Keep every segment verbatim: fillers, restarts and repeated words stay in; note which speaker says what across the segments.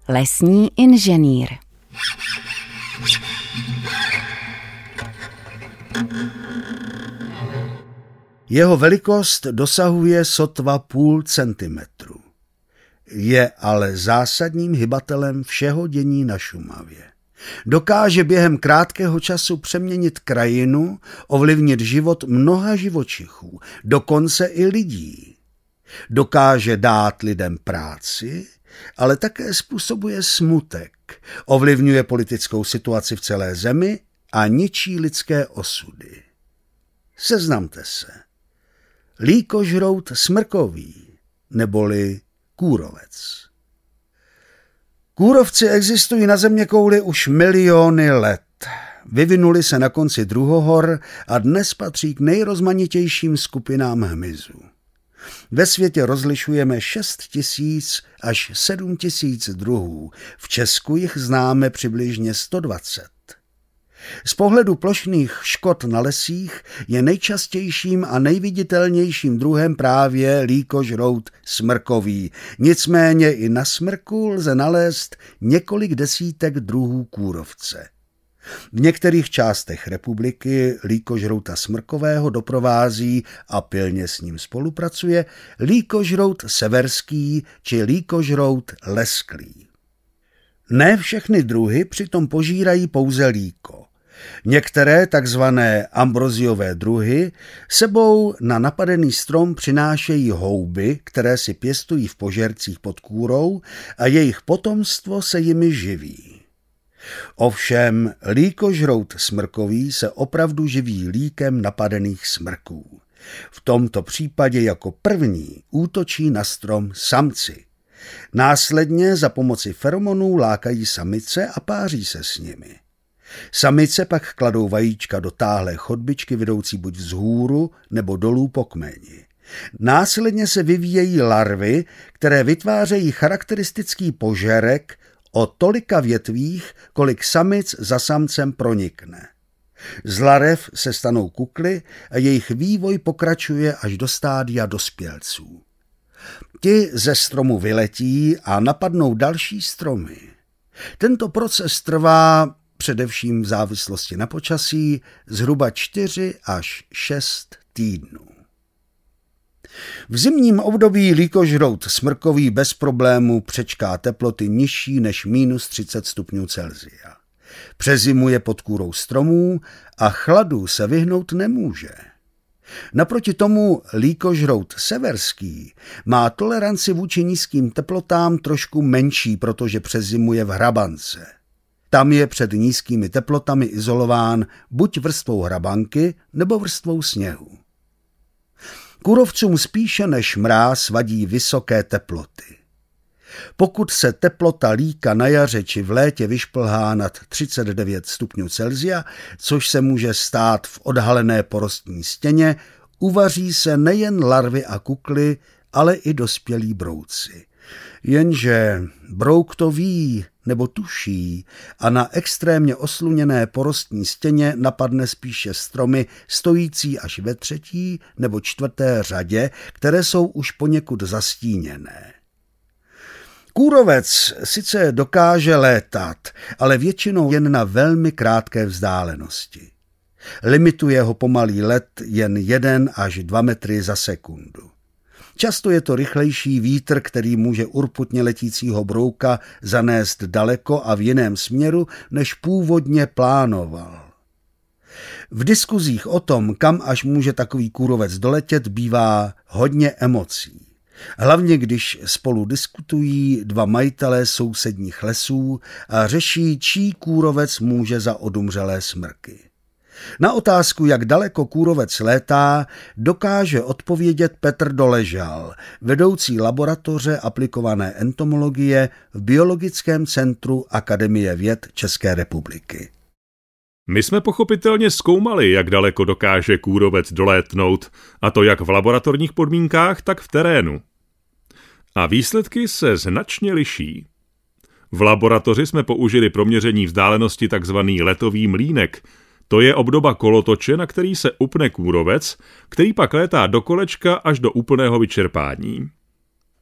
Speaker 1: lesní inženýr.
Speaker 2: Jeho velikost dosahuje sotva půl centimetru. Je ale zásadním hybatelem všeho dění na Šumavě. Dokáže během krátkého času přeměnit krajinu, ovlivnit život mnoha živočichů, dokonce i lidí. Dokáže dát lidem práci, ale také způsobuje smutek, ovlivňuje politickou situaci v celé zemi a ničí lidské osudy. Seznamte se. Líkožrout smrkový, neboli kůrovec. Kůrovci existují na zeměkouli už miliony let. Vyvinuli se na konci druhohor a dnes patří k nejrozmanitějším skupinám hmyzu. Ve světě rozlišujeme šest tisíc až sedm tisíc druhů, v Česku jich známe přibližně sto dvacet. Z pohledu plošných škod na lesích je nejčastějším a nejviditelnějším druhem právě líkožrout smrkový. Nicméně i na smrku lze nalézt několik desítek druhů kůrovce. V některých částech republiky líkožrouta smrkového doprovází a pilně s ním spolupracuje líkožrout severský či líkožrout lesklý. Ne všechny druhy přitom požírají pouze líko. Některé takzvané ambroziové druhy sebou na napadený strom přinášejí houby, které si pěstují v požercích pod kůrou a jejich potomstvo se jimi živí. Ovšem líkožrout smrkový se opravdu živí líkem napadených smrků. V tomto případě jako první útočí na strom samci. Následně za pomoci feromonů lákají samice a páří se s nimi. Samice pak kladou vajíčka do táhlé chodbičky vedoucí buď vzhůru nebo dolů po kmeni. Následně se vyvíjejí larvy, které vytvářejí charakteristický požerek o tolika větvích, kolik samic za samcem pronikne. Z larev se stanou kukly a jejich vývoj pokračuje až do stádia dospělců. Ti ze stromu vyletí a napadnou další stromy. Tento proces trvá, především v závislosti na počasí, zhruba čtyři až šest týdnů. V zimním období líkožrout smrkový bez problému přečká teploty nižší než minus třicet stupňů Celsia. Přezimuje pod kůrou stromů a chladu se vyhnout nemůže. Naproti tomu líkožrout severský má toleranci vůči nízkým teplotám trošku menší, protože přezimuje v hrabance. Tam je před nízkými teplotami izolován buď vrstvou hrabanky nebo vrstvou sněhu. Kůrovcům spíše než mráz vadí vysoké teploty. Pokud se teplota líka na jaře či v létě vyšplhá nad třicet devět stupňů Celsia, což se může stát v odhalené porostní stěně, uvaří se nejen larvy a kukly, ale i dospělí brouci. Jenže brouk to ví nebo tuší a na extrémně osluněné porostní stěně napadne spíše stromy stojící až ve třetí nebo čtvrté řadě, které jsou už poněkud zastíněné. Kůrovec sice dokáže létat, ale většinou jen na velmi krátké vzdálenosti. Limituje ho pomalý let jen jeden až dva metry za sekundu. Často je to rychlejší vítr, který může urputně letícího brouka zanést daleko a v jiném směru, než původně plánoval. V diskuzích o tom, kam až může takový kůrovec doletět, bývá hodně emocí. Hlavně když spolu diskutují dva majitelé sousedních lesů a řeší, čí kůrovec může za odumřelé smrky. Na otázku, jak daleko kůrovec létá, dokáže odpovědět Petr Doležal, vedoucí laboratoře aplikované entomologie v Biologickém centru Akademie věd České republiky.
Speaker 3: My jsme pochopitelně zkoumali, jak daleko dokáže kůrovec dolétnout, a to jak v laboratorních podmínkách, tak v terénu. A výsledky se značně liší. V laboratoři jsme použili pro měření vzdálenosti tzv. Letový mlýnek. To je obdoba kolotoče, na který se upne kůrovec, který pak létá do kolečka až do úplného vyčerpání.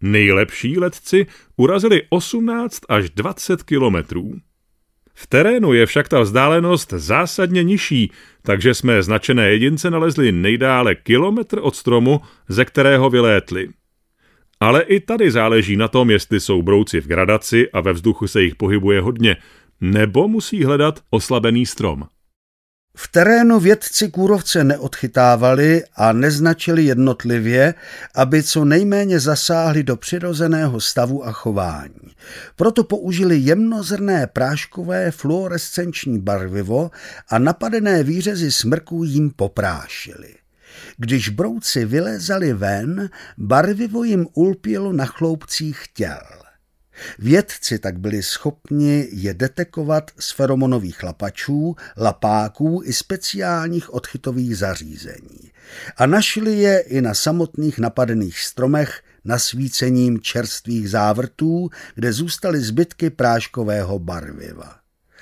Speaker 3: Nejlepší letci urazili osmnáct až dvacet kilometrů. V terénu je však ta vzdálenost zásadně nižší, takže jsme značené jedince nalezli nejdále kilometr od stromu, ze kterého vylétli. Ale i tady záleží na tom, jestli jsou brouci v gradaci a ve vzduchu se jich pohybuje hodně, nebo musí hledat oslabený strom.
Speaker 2: V terénu vědci kůrovce neodchytávali a neznačili jednotlivě, aby co nejméně zasáhli do přirozeného stavu a chování. Proto použili jemnozrnné práškové fluorescenční barvivo a napadené výřezy smrků jim poprášili. Když brouci vylézali ven, barvivo jim ulpělo na chloupcích těl. Vědci tak byli schopni je detekovat z feromonových lapačů, lapáků i speciálních odchytových zařízení. A našli je i na samotných napadených stromech nasvícením čerstvých závrtů, kde zůstaly zbytky práškového barviva.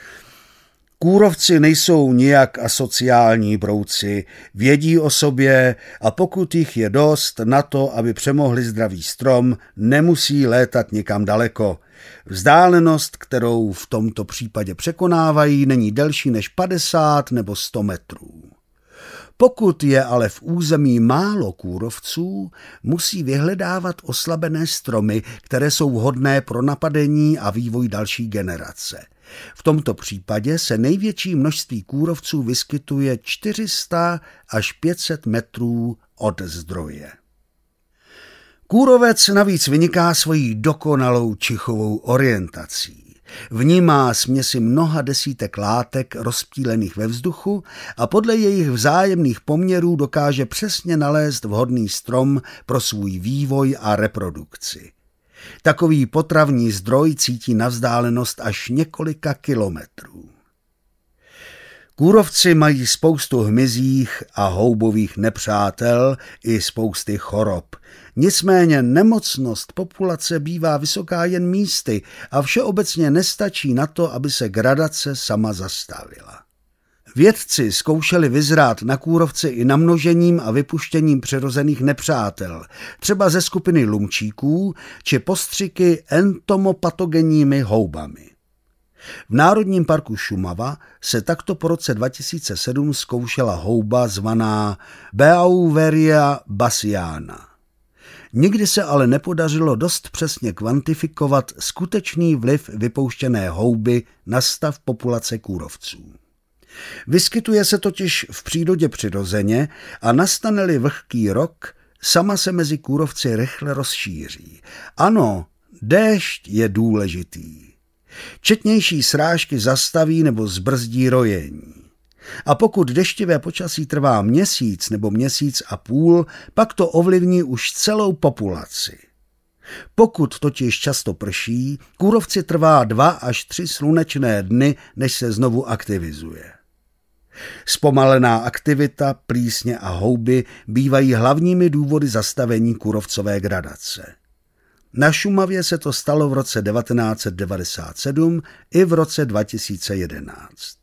Speaker 2: Kůrovci nejsou nijak asociální brouci, vědí o sobě a pokud jich je dost na to, aby přemohli zdravý strom, nemusí létat nikam daleko. Vzdálenost, kterou v tomto případě překonávají, není delší než padesát nebo sto metrů. Pokud je ale v území málo kůrovců, musí vyhledávat oslabené stromy, které jsou vhodné pro napadení a vývoj další generace. V tomto případě se největší množství kůrovců vyskytuje čtyři sta až pět set metrů od zdroje. Kůrovec navíc vyniká svojí dokonalou čichovou orientací. Vnímá směsi mnoha desítek látek rozptýlených ve vzduchu a podle jejich vzájemných poměrů dokáže přesně nalézt vhodný strom pro svůj vývoj a reprodukci. Takový potravní zdroj cítí na vzdálenost až několika kilometrů. Kůrovci mají spoustu hmyzích a houbových nepřátel i spousty chorob. Nicméně nemocnost populace bývá vysoká jen místy a všeobecně nestačí na to, aby se gradace sama zastavila. Vědci zkoušeli vyzrát na kůrovci i namnožením a vypuštěním přirozených nepřátel, třeba ze skupiny lumčíků či postřiky entomopatogenními houbami. V Národním parku Šumava se takto po roce dva tisíce sedm zkoušela houba zvaná Beauveria bassiana. Nikdy se ale nepodařilo dost přesně kvantifikovat skutečný vliv vypouštěné houby na stav populace kůrovců. Vyskytuje se totiž v přírodě přirozeně a nastane-li vlhký rok, sama se mezi kůrovci rychle rozšíří. Ano, déšť je důležitý. Četnější srážky zastaví nebo zbrzdí rojení. A pokud deštivé počasí trvá měsíc nebo měsíc a půl, pak to ovlivní už celou populaci. Pokud totiž často prší, kůrovci trvá dva až tři slunečné dny, než se znovu aktivizuje. Zpomalená aktivita, plísně a houby bývají hlavními důvody zastavení kůrovcové gradace. Na Šumavě se to stalo v roce devatenáct set devadesát sedm i v roce dva tisíce jedenáct.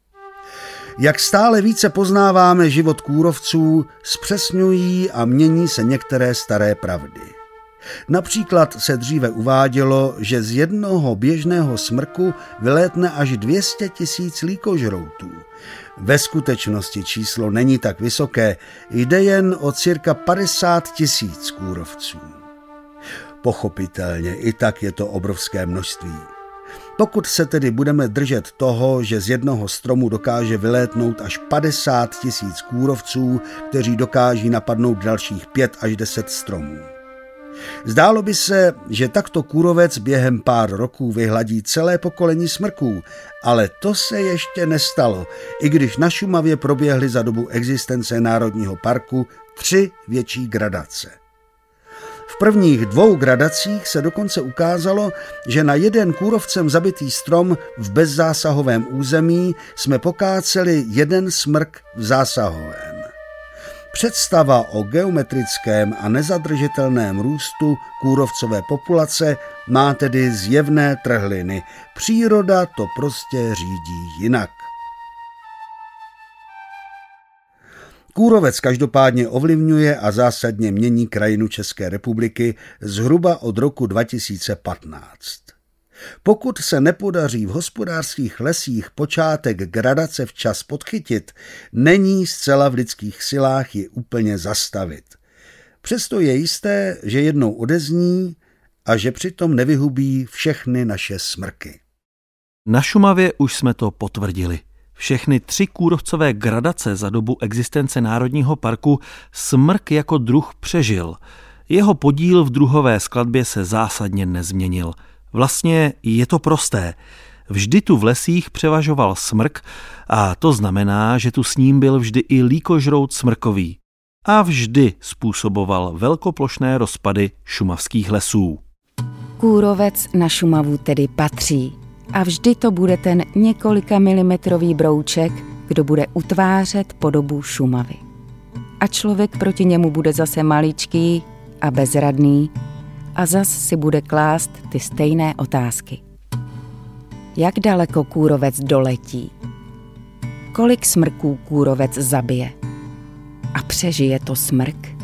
Speaker 2: Jak stále více poznáváme život kůrovců, zpřesňují a mění se některé staré pravdy. Například se dříve uvádělo, že z jednoho běžného smrku vylétne až dvě stě tisíc líkožroutů. Ve skutečnosti číslo není tak vysoké, jde jen o cirka padesát tisíc kůrovců. Pochopitelně, i tak je to obrovské množství. Pokud se tedy budeme držet toho, že z jednoho stromu dokáže vylétnout až padesát tisíc kůrovců, kteří dokáží napadnout dalších pět až deset stromů. Zdálo by se, že takto kůrovec během pár roků vyhladí celé pokolení smrků, ale to se ještě nestalo, i když na Šumavě proběhly za dobu existence Národního parku tři větší gradace. V prvních dvou gradacích se dokonce ukázalo, že na jeden kůrovcem zabitý strom v bezzásahovém území jsme pokáceli jeden smrk v zásahovém. Představa o geometrickém a nezadržitelném růstu kůrovcové populace má tedy zjevné trhliny. Příroda to prostě řídí jinak. Kůrovec každopádně ovlivňuje a zásadně mění krajinu České republiky zhruba od roku dva tisíce patnáct. Pokud se nepodaří v hospodářských lesích počátek gradace včas podchytit, není zcela v lidských silách ji úplně zastavit. Přesto je jisté, že jednou odezní a že přitom nevyhubí všechny naše smrky.
Speaker 4: Na Šumavě už jsme to potvrdili. Všechny tři kůrovcové gradace za dobu existence Národního parku smrk jako druh přežil. Jeho podíl v druhové skladbě se zásadně nezměnil. Vlastně je to prosté. Vždy tu v lesích převažoval smrk a to znamená, že tu s ním byl vždy i líkožrout smrkový. A vždy způsoboval velkoplošné rozpady šumavských lesů.
Speaker 1: Kůrovec na Šumavu tedy patří. A vždy to bude ten několika milimetrový brouček, kdo bude utvářet podobu Šumavy. A člověk proti němu bude zase maličký a bezradný a zas si bude klást ty stejné otázky. Jak daleko kůrovec doletí? Kolik smrků kůrovec zabije? A přežije to smrk?